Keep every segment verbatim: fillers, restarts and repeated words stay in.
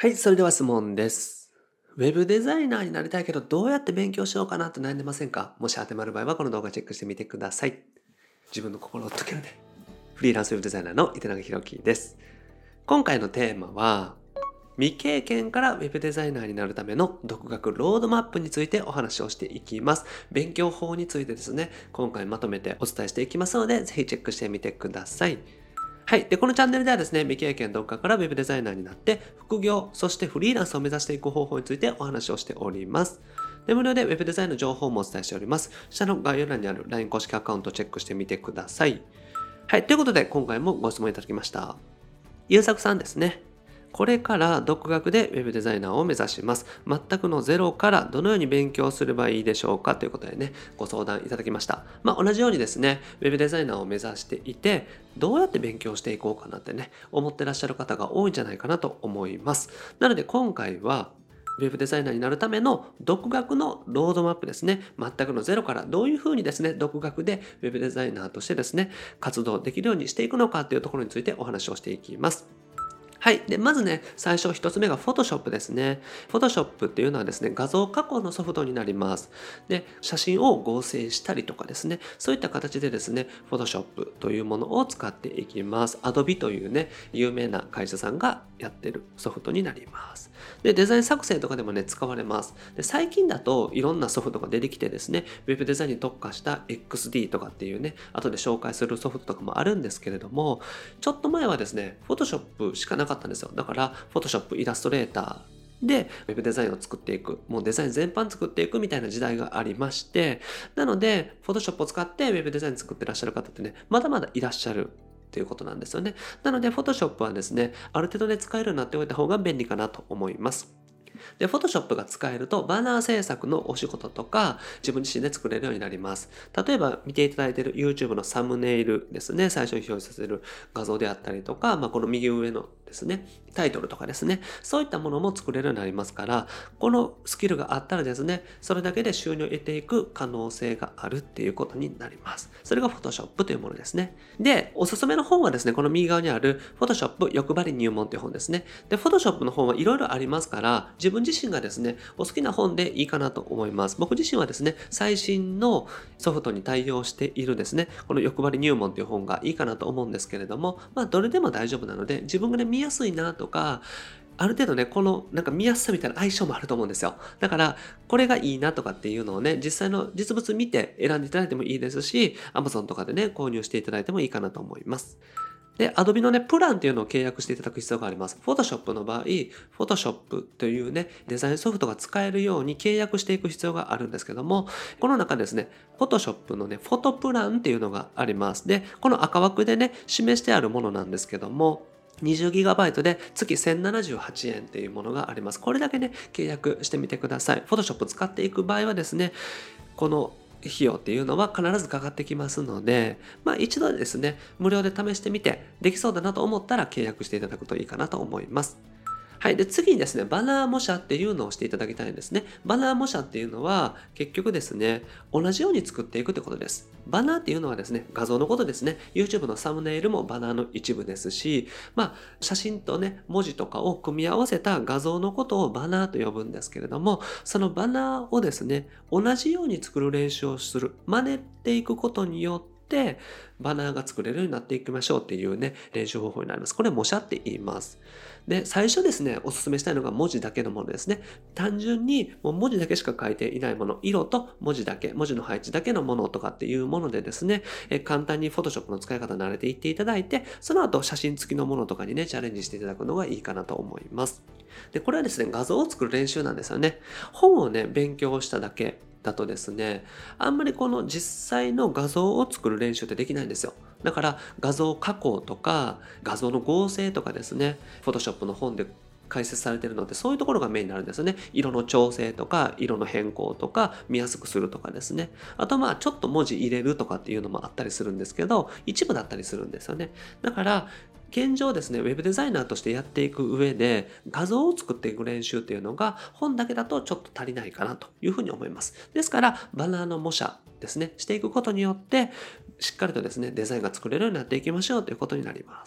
はい、それでは質問です。ウェブデザイナーになりたいけど、どうやって勉強しようかなと悩んでませんか？もし当てはまる場合は、この動画チェックしてみてください。自分の心を解けるね。フリーランスウェブデザイナーの糸永宏樹です。今回のテーマは、未経験からウェブデザイナーになるための独学ロードマップについてお話をしていきます。勉強法についてですね、今回まとめてお伝えしていきますので、ぜひチェックしてみてください。はい。で、このチャンネルではですね、未経験独学から Web デザイナーになって、副業、そしてフリーランスを目指していく方法についてお話をしております。で、無料で Web デザインの情報もお伝えしております。下の概要欄にある ライン 公式アカウントをチェックしてみてください。はい。ということで、今回もご質問いただきました。ゆうさくさんですね。これから独学で Web デザイナーを目指します。全くのゼロからどのように勉強すればいいでしょうかということでね、ご相談いただきました。まあ同じようにですね、Web デザイナーを目指していて、どうやって勉強していこうかなってね、思ってらっしゃる方が多いんじゃないかなと思います。なので今回は、ウェブデザイナーになるための独学のロードマップですね。全くのゼロからどういうふうにですね、独学でウェブデザイナーとしてですね、活動できるようにしていくのかというところについてお話をしていきます。はい。で、まずね、最初一つ目が Photoshop ですね。Photoshop っていうのはですね、画像加工のソフトになります。で、写真を合成したりとかですね、そういった形でですね、Photoshop というものを使っていきます。Adobe というね、有名な会社さんがやってるソフトになります。で、デザイン作成とかでもね、使われます。で、最近だといろんなソフトが出てきてですね、Web デザインに特化した エックスディー とかっていうね、後で紹介するソフトとかもあるんですけれども、ちょっと前はですね、Photoshop しかなかったんですよ。だから、Photoshop、イラストレーターで Web デザインを作っていく、もうデザイン全般作っていくみたいな時代がありまして、なので、Photoshop を使って Web デザイン作ってらっしゃる方ってね、まだまだいらっしゃる。ということなんですよね。なので、Photoshop はですね、ある程度で使えるようになっておいた方が便利かなと思います。で、Photoshop が使えると、バナー制作のお仕事とか、自分自身で作れるようになります。例えば、見ていただいている YouTube のサムネイルですね、最初に表示させる画像であったりとか、まあ、この右上のですね、タイトルとかですね、そういったものも作れるようになりますから、このスキルがあったらですね、それだけで収入を得ていく可能性があるっていうことになります。それが Photoshop というものですね。で、おすすめの本はですね、この右側にある Photoshop 欲張り入門という本ですね。で、Photoshop の本はいろいろありますから、自分自身がですね、お好きな本でいいかなと思います。僕自身はですね、最新のソフトに対応しているですね、この欲張り入門という本がいいかなと思うんですけれども、まあ、どれでも大丈夫なので、自分がね、見やすいなとか、ある程度ね、このなんか見やすさみたいな相性もあると思うんですよ。だから、これがいいなとかっていうのをね、実際の実物見て選んでいただいてもいいですし、Amazon とかでね、購入していただいてもいいかなと思います。で、Adobe のね、プランっていうのを契約していただく必要があります。Photoshop の場合、Photoshop というね、デザインソフトが使えるように契約していく必要があるんですけども、この中ですね、Photoshop のね、フォトプランっていうのがあります。で、この赤枠でね、示してあるものなんですけども、にじゅうギガバイト で月せんななじゅうはちえんっていうものがあります。これだけね、契約してみてください。Photoshop 使っていく場合はですね、この費用っていうのは必ずかかってきますので、まあ一度ですね、無料で試してみて、できそうだなと思ったら契約していただくといいかなと思います。はい。で、次にですね、バナー模写っていうのをしていただきたいんですね。バナー模写っていうのは、結局ですね、同じように作っていくってことです。バナーっていうのはですね、画像のことですね。YouTube のサムネイルもバナーの一部ですし、まあ、写真とね、文字とかを組み合わせた画像のことをバナーと呼ぶんですけれども、そのバナーをですね、同じように作る練習をする、真似ていくことによって、でバナーが作れるようになっていきましょうっていうね、練習方法になります。これ模写って言います。で、最初ですね、お勧めしたいのが文字だけのものですね。単純にもう文字だけしか書いていないもの、色と文字だけ、文字の配置だけのものとかっていうものでですね、え簡単に Photoshop の使い方慣れていっていただいて、その後写真付きのものとかにね、チャレンジしていただくのがいいかなと思います。で、これはですね、画像を作る練習なんですよね。本をね、勉強しただけだとですね、あんまりこの実際の画像を作る練習ってできないんですよ。だから画像加工とか画像の合成とかですね、Photoshop の本で解説されているので、そういうところがメインになるんですよね。色の調整とか、色の変更とか、見やすくするとかですね。あとまあ、ちょっと文字入れるとかっていうのもあったりするんですけど、一部だったりするんですよね。だから、現状ですね、ウェブデザイナーとしてやっていく上で、画像を作っていく練習っていうのが、本だけだとちょっと足りないかなというふうに思います。ですから、バナーの模写ですね、していくことによって、しっかりとですね、デザインが作れるようになっていきましょうということになります。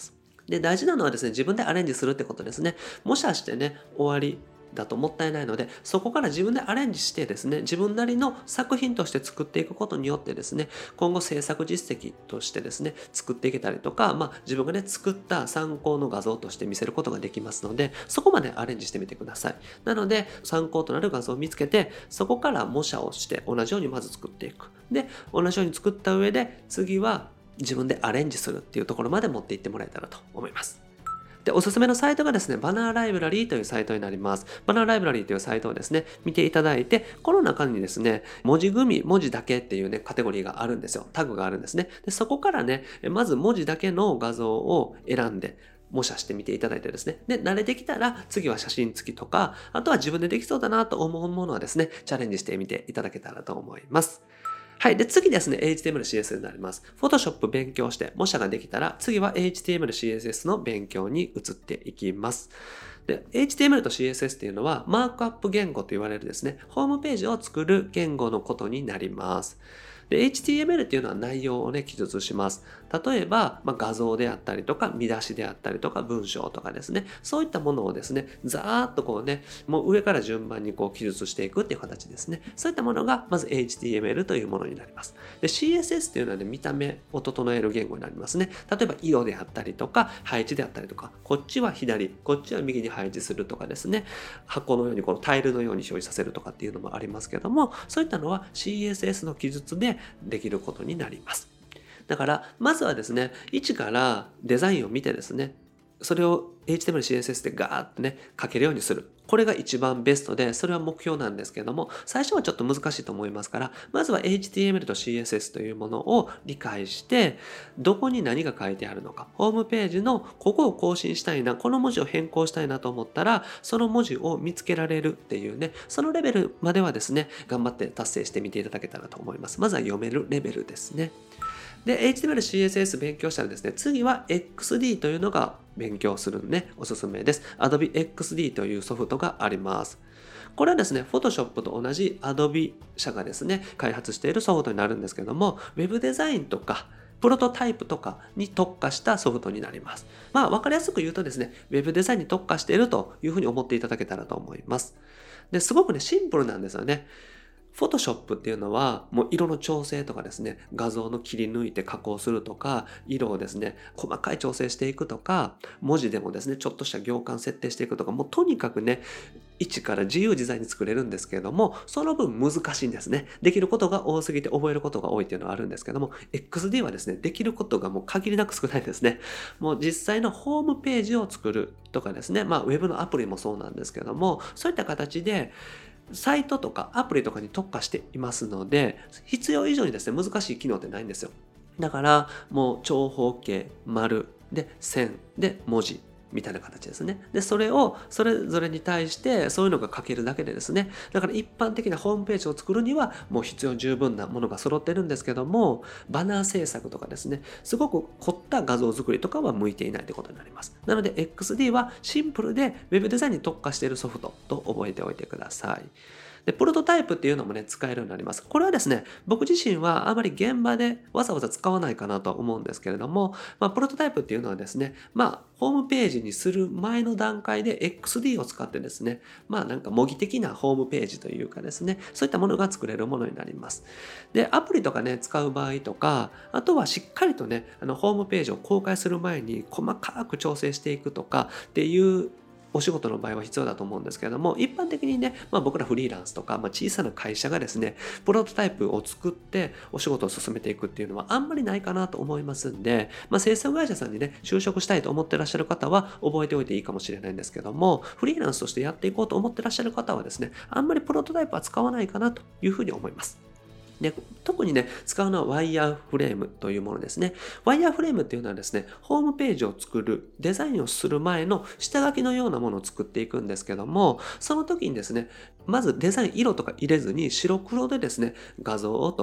で、大事なのはですね、自分でアレンジするってことですね。模写してね、終わりだともったいないので、そこから自分でアレンジしてですね、自分なりの作品として作っていくことによってですね、今後制作実績としてですね、作っていけたりとか、まあ自分がね、作った参考の画像として見せることができますので、そこまでアレンジしてみてください。なので、参考となる画像を見つけて、そこから模写をして同じようにまず作っていく。で、同じように作った上で、次は自分でアレンジするっていうところまで持っていってもらえたらと思います。で、おすすめのサイトがですね、バナーライブラリーというサイトになります。バナーライブラリーというサイトをですね、見ていただいて、この中にですね、文字組み、文字だけっていうね、カテゴリーがあるんですよ。タグがあるんですね。で、そこからね、まず文字だけの画像を選んで、模写してみていただいてですね。で、慣れてきたら、次は写真付きとか、あとは自分でできそうだなと思うものはですね、チャレンジしてみていただけたらと思います。はい。で、次ですね、エイチティーエムエル、シーエスエス になります。Photoshop 勉強して、模写ができたら、次は エイチティーエムエル、シーエスエス の勉強に移っていきます。で、エイチティーエムエル と シーエスエス っていうのは、マークアップ言語と言われるですね、ホームページを作る言語のことになります。で、エイチティーエムエル っていうのは内容をね、記述します。例えば、まあ、画像であったりとか、見出しであったりとか、文章とかですね、そういったものをですね、ざーっとこうね、もう上から順番にこう記述していくっていう形ですね。そういったものが、まず エイチティーエムエル というものになります。で、シーエスエス っていうのはね、見た目を整える言語になりますね。例えば、色であったりとか、配置であったりとか、こっちは左、こっちは右に配置するとかですね、箱のようにこのタイルのように表示させるとかっていうのもありますけども、そういったのは シーエスエス の記述でできることになります。だから、まずはですね、一からデザインを見てですね、それを エイチティーエムエル、シーエスエス でガーッとね、書けるようにする。これが一番ベストで、それは目標なんですけども、最初はちょっと難しいと思いますから、まずは エイチティーエムエル と シーエスエス というものを理解して、どこに何が書いてあるのか、ホームページのここを更新したいな、この文字を変更したいなと思ったら、その文字を見つけられるっていうね、そのレベルまではですね、頑張って達成してみていただけたらと思います。まずは読めるレベルですね。で、エイチティーエムエル、シーエスエス 勉強したらですね、次は エックスディー というのが勉強するんで、ね、おすすめです。Adobe エックスディー というソフトがあります。これはですね、Photoshop と同じ Adobe 社がですね、開発しているソフトになるんですけども、Web デザインとか、プロトタイプとかに特化したソフトになります。まあ、わかりやすく言うとですね、Web デザインに特化しているというふうに思っていただけたらと思います。で、すごくね、シンプルなんですよね。Photoshop っていうのはもう色の調整とかですね、画像の切り抜いて加工するとか、色をですね、細かい調整していくとか、文字でもですね、ちょっとした行間設定していくとか、もうとにかくね、一から自由自在に作れるんですけれども、その分難しいんですね。できることが多すぎて覚えることが多いっていうのはあるんですけども、エックスディー はですね、できることがもう限りなく少ないですね。もう実際のホームページを作るとかですね、まあウェブのアプリもそうなんですけども、そういった形で、サイトとかアプリとかに特化していますので、必要以上にですね、難しい機能ってないんですよ。だから、もう長方形、丸、で、線、で、文字、みたいな形ですね。で、それを、それぞれに対して、そういうのが書けるだけでですね、だから一般的なホームページを作るには、もう必要十分なものが揃ってるんですけども、バナー制作とかですね、すごく凝った画像作りとかは向いていないということになります。なので、エックスディー はシンプルで Web デザインに特化しているソフトと覚えておいてください。で、プロトタイプっていうのもね、使えるようになります。これはですね、僕自身はあまり現場でわざわざ使わないかなとは思うんですけれども、まあ、プロトタイプっていうのはですね、まあ、ホームページにする前の段階で エックスディー を使ってですね、まあなんか模擬的なホームページというかですね、そういったものが作れるものになります。で、アプリとかね、使う場合とか、あとはしっかりとね、あのホームページを公開する前に細かく調整していくとかっていうお仕事の場合は必要だと思うんですけれども、一般的にね、まあ、僕らフリーランスとか、まあ、小さな会社がですね、プロトタイプを作ってお仕事を進めていくっていうのはあんまりないかなと思いますんで、まあ、制作会社さんにね、就職したいと思ってらっしゃる方は覚えておいていいかもしれないんですけども、フリーランスとしてやっていこうと思ってらっしゃる方はですね、あんまりプロトタイプは使わないかなというふうに思います。で、特にね、使うのはワイヤーフレームというものですね。ワイヤーフレームっていうのはですね、ホームページを作る、デザインをする前の下書きのようなものを作っていくんですけども、その時にですね、まずデザイン色とか入れずに白黒でですね、画像とか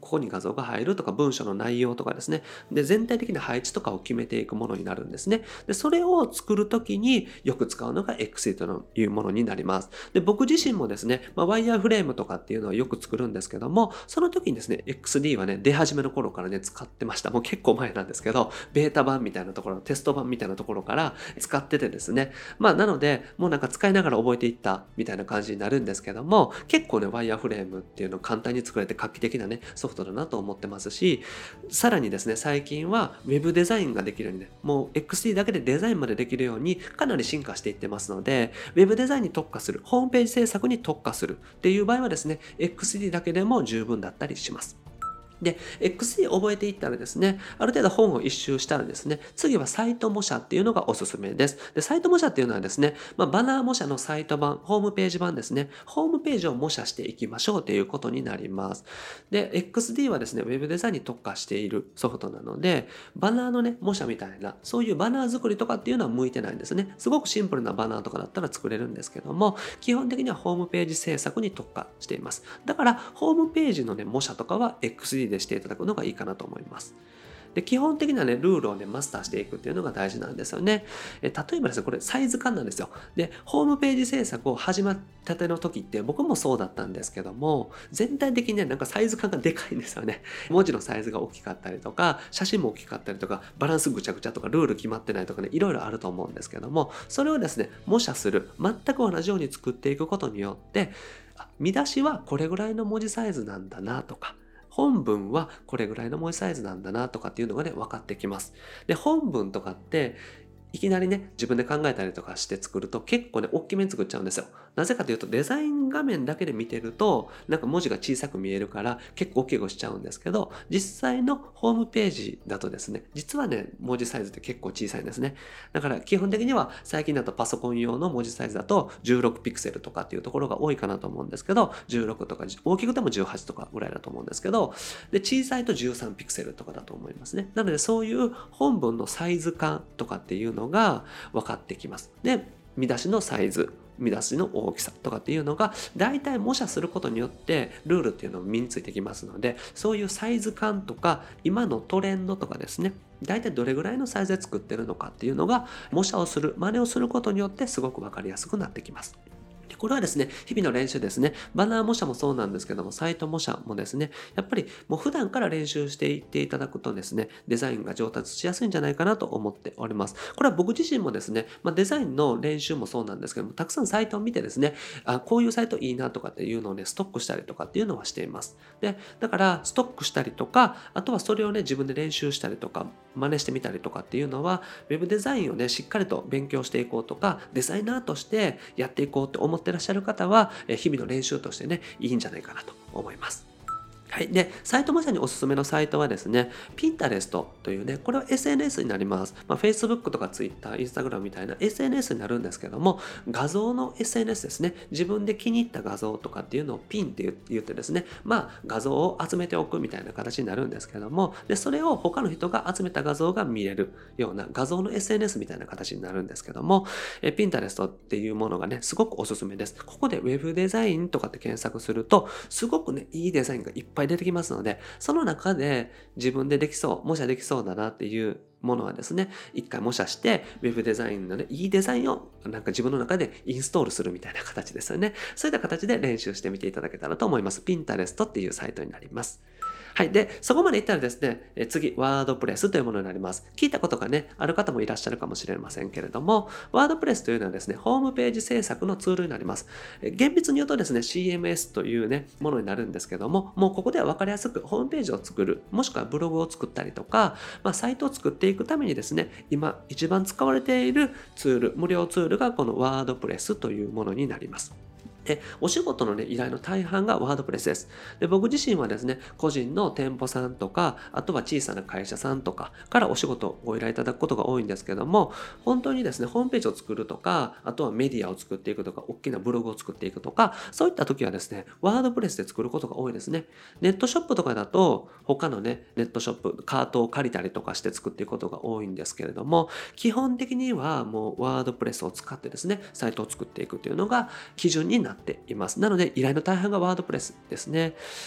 ここに画像が入るとか文章の内容とかですね。で、全体的な配置とかを決めていくものになるんですね。で、それを作るときによく使うのが エックスディー というものになります。で、僕自身もですね、まあ、ワイヤーフレームとかっていうのはよく作るんですけども、その時にですね、エックスディー はね、出始めの頃からね、使ってました。もう結構前なんですけど、ベータ版みたいなところ、テスト版みたいなところから使っててですね。まあ、なので、もうなんか使いながら覚えていったみたいな感じになるんですけども、結構ね、ワイヤーフレームっていうのを簡単に作れて画期的なね、ソフトだなと思ってますし、さらにですね、最近は Web デザインができるようにね、もう エックスディー だけでデザインまでできるようにかなり進化していってますので、Web デザインに特化する、ホームページ制作に特化するっていう場合はですね、エックスディー だけでも十分だったりします。で、エックスディー 覚えていったらですね、ある程度本を一周したらですね、次はサイト模写っていうのがおすすめです。で、サイト模写っていうのはですね、まあ、バナー模写のサイト版、ホームページ版ですね、ホームページを模写していきましょうということになります。で、エックスディー はですね、ウェブデザインに特化しているソフトなので、バナーのね、模写みたいな、そういうバナー作りとかっていうのは向いてないんですね。すごくシンプルなバナーとかだったら作れるんですけども、基本的にはホームページ制作に特化しています。だから、ホームページのね、模写とかは エックスディー でしていただくのがいいかなと思います。で、基本的なね、ルールをね、マスターしていくっていうのが大事なんですよね。え例えばですね、これサイズ感なんですよ。で、ホームページ制作を始まったての時って僕もそうだったんですけども、全体的にね、なんかサイズ感がでかいんですよね。文字のサイズが大きかったりとか、写真も大きかったりとか、バランスぐちゃぐちゃとか、ルール決まってないとかね、いろいろあると思うんですけども、それをですね、模写する、全く同じように作っていくことによって、あ、見出しはこれぐらいの文字サイズなんだなとか、本文はこれぐらいの文字サイズなんだなとかっていうのがね、分かってきます。で、本文とかって、いきなりね、自分で考えたりとかして作ると結構ね、大きめに作っちゃうんですよ。なぜかというと、デザイン画面だけで見てると、なんか文字が小さく見えるから結構大きくしちゃうんですけど、実際のホームページだとですね、実はね、文字サイズって結構小さいんですね。だから基本的には最近だとパソコン用の文字サイズだとじゅうろくピクセルとかっていうところが多いかなと思うんですけど、じゅうろくとか大きくてもじゅうはちとかぐらいだと思うんですけど、で、小さいとじゅうさんピクセルとかだと思いますね。なのでそういう本文のサイズ感とかっていうのが分かってきます。で、見出しのサイズ、見出しの大きさとかっていうのが大体模写することによってルールっていうのも身についてきますので、そういうサイズ感とか今のトレンドとかですね、大体どれぐらいのサイズで作ってるのかっていうのが模写をする、真似をすることによってすごく分かりやすくなってきます。これはですね、日々の練習ですね。バナー模写もそうなんですけども、サイト模写もですね、やっぱりもう普段から練習していっていただくとですね、デザインが上達しやすいんじゃないかなと思っております。これは僕自身もですね、まあ、デザインの練習もそうなんですけども、たくさんサイトを見てですね、あ、こういうサイトいいなとかっていうのをね、ストックしたりとかっていうのはしています。で、だからストックしたりとか、あとはそれをね、自分で練習したりとか、真似してみたりとかっていうのは、ウェブデザインをね、しっかりと勉強していこうとか、デザイナーとしてやっていこうって思ってらっしゃる方は、日々の練習としてね、いいんじゃないかなと思います。はい。で、サイト模写におすすめのサイトはですね、Pinterest というね、これは エスエヌエス になります。まあ、Facebook とか Twitter、Instagram みたいな エスエヌエス になるんですけども、画像の エスエヌエス ですね。自分で気に入った画像とかっていうのをピンって言ってですね、まあ、画像を集めておくみたいな形になるんですけども、で、それを他の人が集めた画像が見れるような画像の エスエヌエス みたいな形になるんですけども、え Pinterest っていうものがね、すごくおすすめです。ここで Web デザインとかって検索すると、すごくね、いいデザインがいっぱい出てきますので、その中で自分でできそう、模写できそうだなっていうものはですね、一回模写して、ウェブデザインのね、いいデザインをなんか自分の中でインストールするみたいな形ですよね。そういった形で練習してみていただけたらと思います。Pinterest っていうサイトになります。はい。で、そこまでいったらですね、え次、ワードプレスというものになります。聞いたことがね、ある方もいらっしゃるかもしれませんけれども、ワードプレスというのはですね、ホームページ制作のツールになります。え厳密に言うとですね、シーエムエス というね、ものになるんですけども、もうここでは分かりやすくホームページを作る、もしくはブログを作ったりとか、まあ、サイトを作っていくためにですね、今一番使われているツール、無料ツールがこのワードプレスというものになります。で、お仕事のね、依頼の大半がワードプレスです。で、僕自身はですね、個人の店舗さんとか、あとは小さな会社さんとかからお仕事をご依頼いただくことが多いんですけども、本当にですね、ホームページを作るとか、あとはメディアを作っていくとか、大きなブログを作っていくとか、そういった時はですね、ワードプレスで作ることが多いですね。ネットショップとかだと、他のね、ネットショップ、カートを借りたりとかして作っていくことが多いんですけれども、基本的にはもうワードプレスを使ってですね、サイトを作っていくというのが基準になっています。なので依頼の大半がワードプレスですね。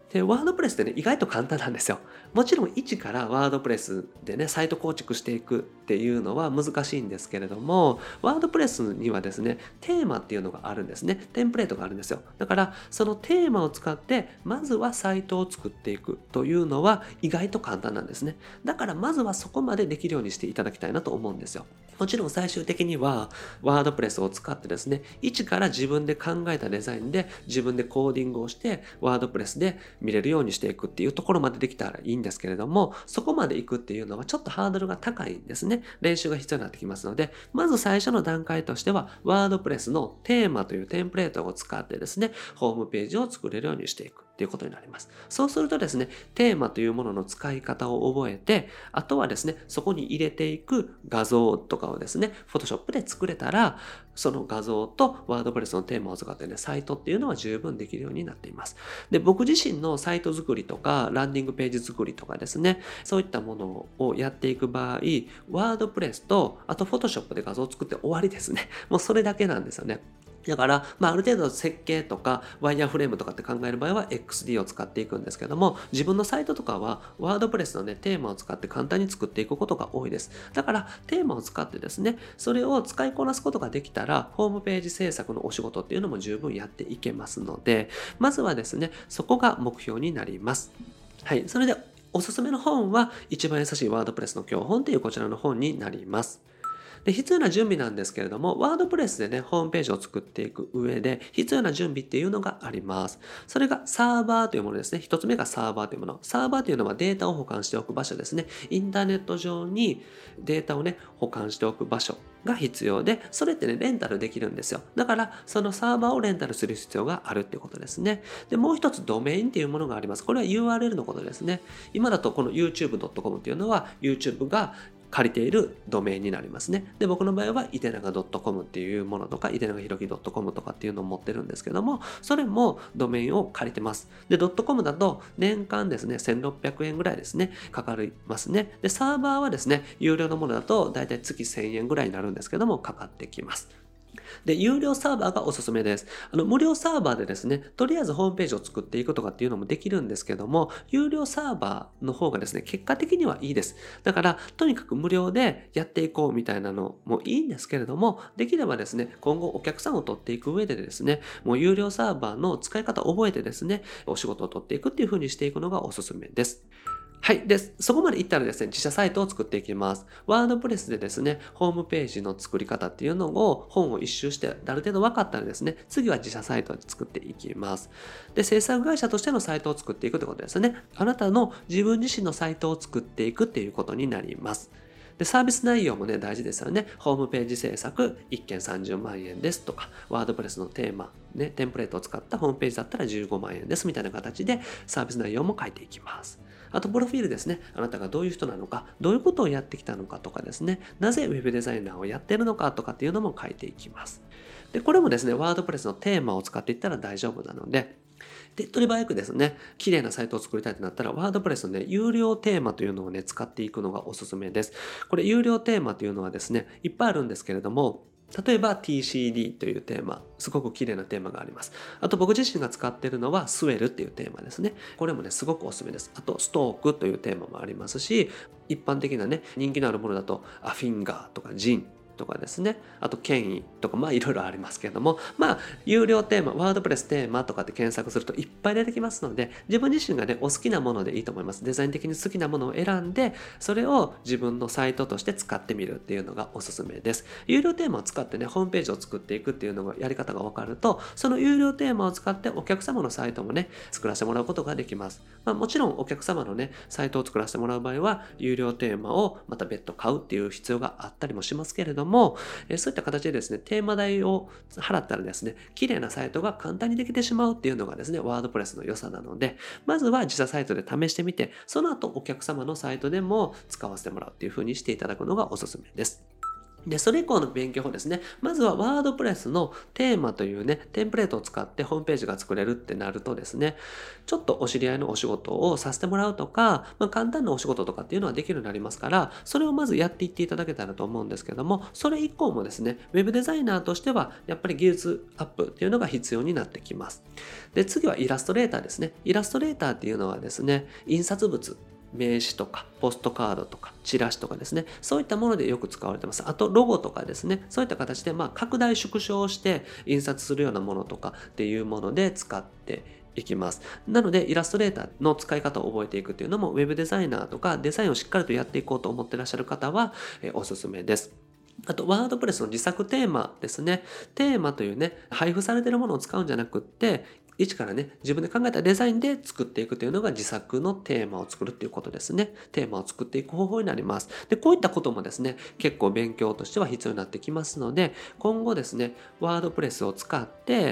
で、ワードプレスってね、意外と簡単なんですよ。もちろん一からワードプレスでね、サイト構築していくっていうのは難しいんですけれども、ワードプレスにはですね、テーマっていうのがあるんですね。テンプレートがあるんですよ。だから、そのテーマを使って、まずはサイトを作っていくというのは意外と簡単なんですね。だから、まずはそこまでできるようにしていただきたいなと思うんですよ。もちろん最終的には、ワードプレスを使ってですね、一から自分で考えたデザインで、自分でコーディングをして、ワードプレスで見れるようにしていくっていうところまでできたらいいんですけれども、そこまで行くっていうのはちょっとハードルが高いんですね。練習が必要になってきますので、まず最初の段階としては、ワードプレスのテーマというテンプレートを使ってですね、ホームページを作れるようにしていくっていうことになります。そうするとですね、テーマというものの使い方を覚えて、あとはですね、そこに入れていく画像とかをですね、Photoshop で作れたら、その画像とワードプレスのテーマを使ってね、サイトっていうのは十分できるようになっています。で、僕自身のサイト作りとか、ランディングページ作りとかですね、そういったものをやっていく場合、ワードプレスと、あと Photoshop で画像を作って終わりですね。もうそれだけなんですよね。だから、まあ、ある程度設計とかワイヤーフレームとかって考える場合は エックスディー を使っていくんですけども、自分のサイトとかはワードプレスのね、テーマを使って簡単に作っていくことが多いです。だから、テーマを使ってですね、それを使いこなすことができたら、ホームページ制作のお仕事っていうのも十分やっていけますので、まずはですね、そこが目標になります。はい。それで、おすすめの本は、一番優しいワードプレスの教本っていうこちらの本になります。で、必要な準備なんですけれども、ワードプレスでね、ホームページを作っていく上で、必要な準備っていうのがあります。それがサーバーというものですね。一つ目がサーバーというもの。サーバーというのはデータを保管しておく場所ですね。インターネット上にデータをね、保管しておく場所が必要で、それってね、レンタルできるんですよ。だから、そのサーバーをレンタルする必要があるってことですね。で、もう一つドメインっていうものがあります。これは ユーアールエル のことですね。今だとこの ユーチューブドットコム っていうのは YouTube が借りているドメインになりますね。で、僕の場合は、いてなが .com っていうものとか、いてながひろき .com とかっていうのを持ってるんですけども、それもドメインを借りてます。で、.com だと年間ですね、せんろっぴゃくえんぐらいですね、かかりますね。で、サーバーはですね、有料のものだとだいたい月せんえんぐらいになるんですけども、かかってきます。で、有料サーバーがおすすめです。あの、無料サーバーでですね、とりあえずホームページを作っていくとかっていうのもできるんですけども、有料サーバーの方がですね、結果的にはいいです。だから、とにかく無料でやっていこうみたいなのもいいんですけれども、できればですね、今後お客さんを取っていく上でですね、もう有料サーバーの使い方を覚えてですね、お仕事を取っていくっていう風にしていくのがおすすめです。はい。で、そこまでいったらですね、自社サイトを作っていきます。ワードプレスでですね、ホームページの作り方っていうのを本を一周してある程度分かったらですね、次は自社サイトで作っていきます。で、制作会社としてのサイトを作っていくということですね。あなたの自分自身のサイトを作っていくっていうことになります。で、サービス内容もね、大事ですよね。ホームページ制作いっけんさんじゅうまんえんですとか、ワードプレスのテーマ、ね、テンプレートを使ったホームページだったらじゅうごまんえんですみたいな形でサービス内容も書いていきます。あと、プロフィールですね。あなたがどういう人なのか、どういうことをやってきたのかとかですね、なぜウェブデザイナーをやっているのかとかっていうのも書いていきます。で、これもですね、ワードプレスのテーマを使っていったら大丈夫なので、手っ取り早くですね、綺麗なサイトを作りたいとなったら、ワードプレスのね、有料テーマというのをね、使っていくのがおすすめです。これ、有料テーマというのはですね、いっぱいあるんですけれども、例えば ティーシーディー というテーマ、すごく綺麗なテーマがあります。あと僕自身が使っているのはスウェルっていうテーマですね。これもね、すごくおすすめです。あとストークというテーマもありますし、一般的なね、人気のあるものだとアフィンガーとかジンとかですね、あと権威とか、まあいろいろありますけれども、まあ有料テーマ、ワードプレステーマとかって検索するといっぱい出てきますので、自分自身がね、お好きなものでいいと思います。デザイン的に好きなものを選んで、それを自分のサイトとして使ってみるっていうのがおすすめです。有料テーマを使ってね、ホームページを作っていくっていうのがやり方がわかると、その有料テーマを使ってお客様のサイトもね、作らせてもらうことができます。まあもちろんお客様のね、サイトを作らせてもらう場合は、有料テーマをまた別途買うっていう必要があったりもしますけれども、えそういった形でですね、テーマ代を払ったらですね、綺麗なサイトが簡単にできてしまうっていうのがですね、ワードプレスの良さなので、まずは自社サイトで試してみて、その後お客様のサイトでも使わせてもらうっていう風にしていただくのがおすすめです。 で、それ以降の勉強法ですね。まずはワードプレスのテーマというね、テンプレートを使ってホームページが作れるってなるとですね、ちょっとお知り合いのお仕事をさせてもらうとか、まあ、簡単なお仕事とかっていうのはできるようになりますから、それをまずやっていっていただけたらと思うんですけども、それ以降もですね、ウェブデザイナーとしてはやっぱり技術アップっていうのが必要になってきます。で、次はイラストレーターですね。イラストレーターっていうのはですね、印刷物、名刺とかポストカードとかチラシとかですね、そういったものでよく使われてます。あとロゴとかですね、そういった形でまあ拡大縮小して印刷するようなものとかっていうもので使っていきます。なのでイラストレーターの使い方を覚えていくっていうのもウェブデザイナーとかデザインをしっかりとやっていこうと思ってらっしゃる方はえおすすめです。あと、ワードプレスの自作テーマですね。テーマというね、配布されているものを使うんじゃなくって、一からね、自分で考えたデザインで作っていくというのが自作のテーマを作るっていうことですね。テーマを作っていく方法になります。で、こういったこともですね、結構勉強としては必要になってきますので、今後ですね、ワードプレスを使って、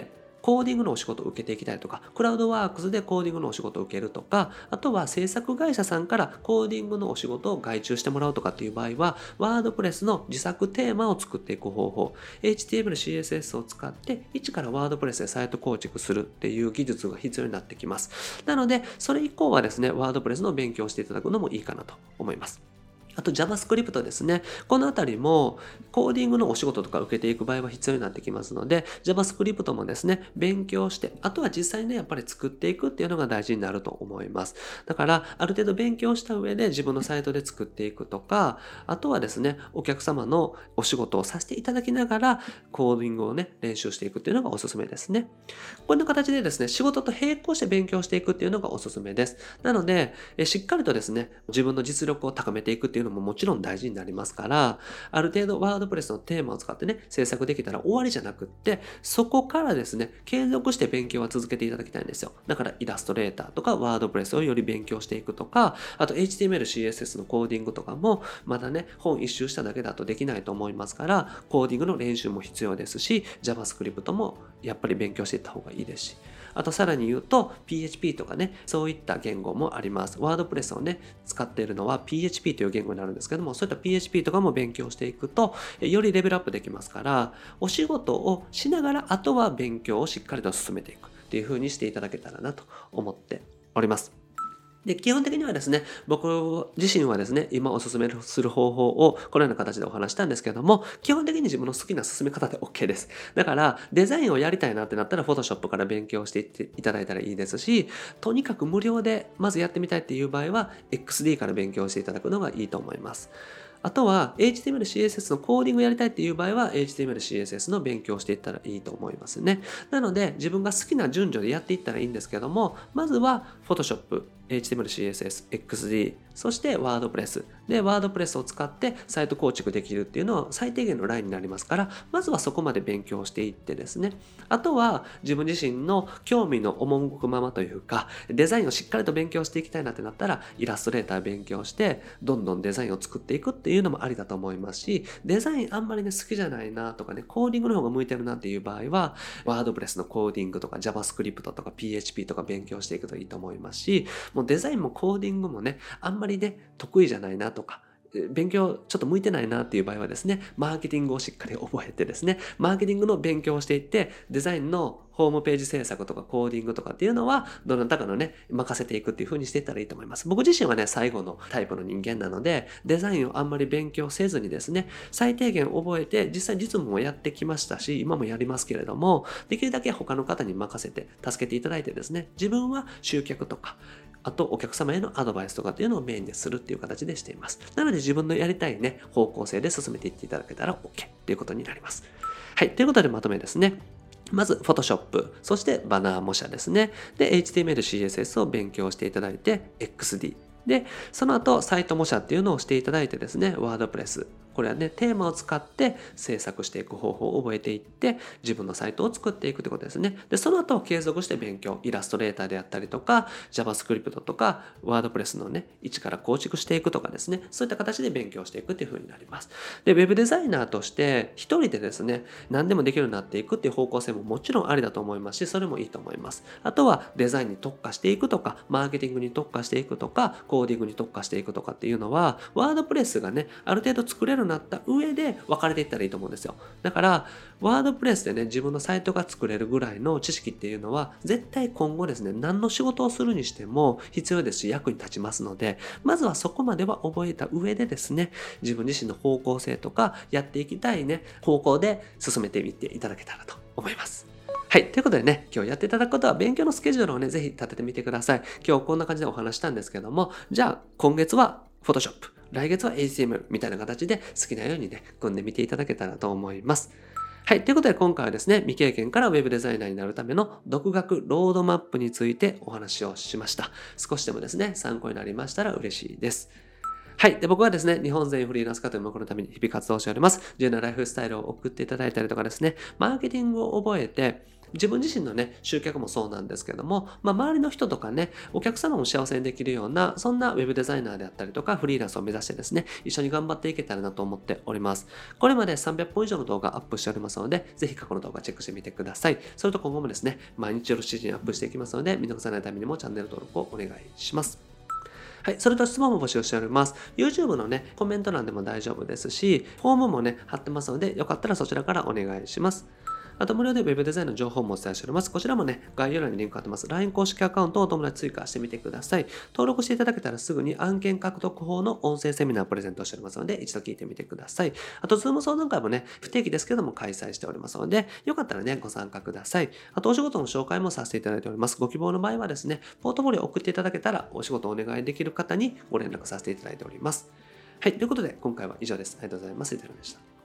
コーディングのお仕事を受けていきたいとか、クラウドワークスでコーディングのお仕事を受けるとか、あとは制作会社さんからコーディングのお仕事を外注してもらうとかっていう場合は、ワードプレスの自作テーマを作っていく方法、エイチティーエムエル、シーエスエス を使って、一からワードプレスでサイト構築するっていう技術が必要になってきます。なので、それ以降はですね、ワードプレスの勉強をしていただくのもいいかなと思います。あと JavaScript ですね。このあたりもコーディングのお仕事とか受けていく場合は必要になってきますので、JavaScript もですね、勉強して、あとは実際ね、やっぱり作っていくっていうのが大事になると思います。だから、ある程度勉強した上で自分のサイトで作っていくとか、あとはですね、お客様のお仕事をさせていただきながら、コーディングをね、練習していくっていうのがおすすめですね。こんな形でですね、仕事と並行して勉強していくっていうのがおすすめです。なので、えしっかりとですね、自分の実力を高めていくっていうのももちろん大事になりますから、ある程度ワードプレスのテーマを使ってね、制作できたら終わりじゃなくって、そこからですね、継続して勉強は続けていただきたいんですよ。だからイラストレーターとかワードプレスをより勉強していくとか、あと エイチティーエムエル、シーエスエス のコーディングとかも、まだね、本一周しただけだとできないと思いますから、コーディングの練習も必要ですし、JavaScript もやっぱり勉強していった方がいいですし、あとさらに言うと ピーエイチピー とかね、そういった言語もあります。ワードプレスをね、使っているのは ピーエイチピー という言語になるんですけども、そういった ピーエイチピー とかも勉強していくと、よりレベルアップできますから、お仕事をしながら、あとは勉強をしっかりと進めていくっていう風にしていただけたらなと思っております。で、基本的にはですね、僕自身はですね、今おすすめする方法をこのような形でお話したんですけども、基本的に自分の好きな進め方で OK です。だから、デザインをやりたいなってなったら、Photoshop から勉強していっていただいたらいいですし、とにかく無料でまずやってみたいっていう場合は、エックスディー から勉強していただくのがいいと思います。あとは エイチティーエムエル、シーエスエス のコーディングやりたいっていう場合は エイチティーエムエル、シーエスエス の勉強をしていったらいいと思いますね。なので自分が好きな順序でやっていったらいいんですけども、まずは Photoshop、エイチティーエムエル、シーエスエス、エックスディー、そして WordPress で WordPress を使ってサイト構築できるっていうのは最低限のラインになりますから、まずはそこまで勉強していってですね、あとは自分自身の興味の赴くままというか、デザインをしっかりと勉強していきたいなってなったらイラストレーター勉強してどんどんデザインを作っていくっていうのもありだと思いますし、デザインあんまりね好きじゃないなとかね、コーディングの方が向いてるなっていう場合は WordPress のコーディングとか JavaScript とか ピーエイチピー とか勉強していくといいと思いますし、もうデザインもコーディングもねあんまりね得意じゃないなとか、勉強ちょっと向いてないなっていう場合はですね、マーケティングをしっかり覚えてですね、マーケティングの勉強をしていって、デザインのホームページ制作とかコーディングとかっていうのは、どなたかのね、任せていくっていう風にしていったらいいと思います。僕自身はね、最後のタイプの人間なので、デザインをあんまり勉強せずにですね、最低限覚えて、実際実務もやってきましたし、今もやりますけれども、できるだけ他の方に任せて、助けていただいてですね、自分は集客とか、あとお客様へのアドバイスとかっていうのをメインでするっていう形でしています。なので自分のやりたいね、方向性で進めていっていただけたら OK っていうことになります。はい。ということでまとめですね。まず Photoshop、そしてバナー模写ですね。で、エイチティーエムエル、シーエスエス を勉強していただいて、エックスディー。で、その後、サイト模写っていうのをしていただいてですね、WordPress。これはね、テーマを使って制作していく方法を覚えていって、自分のサイトを作っていくってことですね。で、その後、継続して勉強。イラストレーターであったりとか、JavaScript とか、WordPress のね、一から構築していくとかですね、そういった形で勉強していくっていう風になります。で、Web デザイナーとして、一人でですね、何でもできるようになっていくっていう方向性ももちろんありだと思いますし、それもいいと思います。あとは、デザインに特化していくとか、マーケティングに特化していくとか、 コーディングに特化していくとかっていうのは、ワードプレスがね、ある程度作れるようになった上で分かれていったらいいと思うんですよ。だから、ワードプレスでね、自分のサイトが作れるぐらいの知識っていうのは、絶対今後ですね、何の仕事をするにしても必要ですし、役に立ちますので、まずはそこまでは覚えた上でですね、自分自身の方向性とか、やっていきたいね、方向で進めてみていただけたらと思います。はい。ということでね、今日やっていただくことは勉強のスケジュールをね、ぜひ立ててみてください。今日こんな感じでお話したんですけども、じゃあ今月は Photoshop、来月は エイチティーエムエル みたいな形で好きなようにね、組んでみていただけたらと思います。はい。ということで今回はですね、未経験からウェブデザイナーになるための独学ロードマップについてお話をしました。少しでもですね、参考になりましたら嬉しいです。はい。で、僕はですね、日本全員フリーランス化という目標のために日々活動しております。自由なライフスタイルを送っていただいたりとかですね、マーケティングを覚えて、自分自身のね、集客もそうなんですけども、まあ、周りの人とかね、お客様も幸せにできるような、そんなウェブデザイナーであったりとか、フリーランスを目指してですね、一緒に頑張っていけたらなと思っております。これまでさんびゃっぽん以上の動画アップしておりますので、ぜひ過去の動画チェックしてみてください。それと今後もですね、毎日夜しちじにアップしていきますので、見逃さないためにもチャンネル登録をお願いします。はい。それと質問も募集しております。YouTube のね、コメント欄でも大丈夫ですし、フォームもね、貼ってますので、よかったらそちらからお願いします。あと無料で Web デザインの情報もお伝えしております。こちらもね、概要欄にリンク貼ってます。ライン 公式アカウントをお友達追加してみてください。登録していただけたらすぐに案件獲得法の音声セミナープレゼントしておりますので、一度聞いてみてください。あと、Zoom 相談会もね、不定期ですけども開催しておりますので、よかったらね、ご参加ください。あと、お仕事の紹介もさせていただいております。ご希望の場合はですね、ポートフォリオを送っていただけたら、お仕事をお願いできる方にご連絡させていただいております。はい。ということで、今回は以上です。ありがとうございます。いただきました。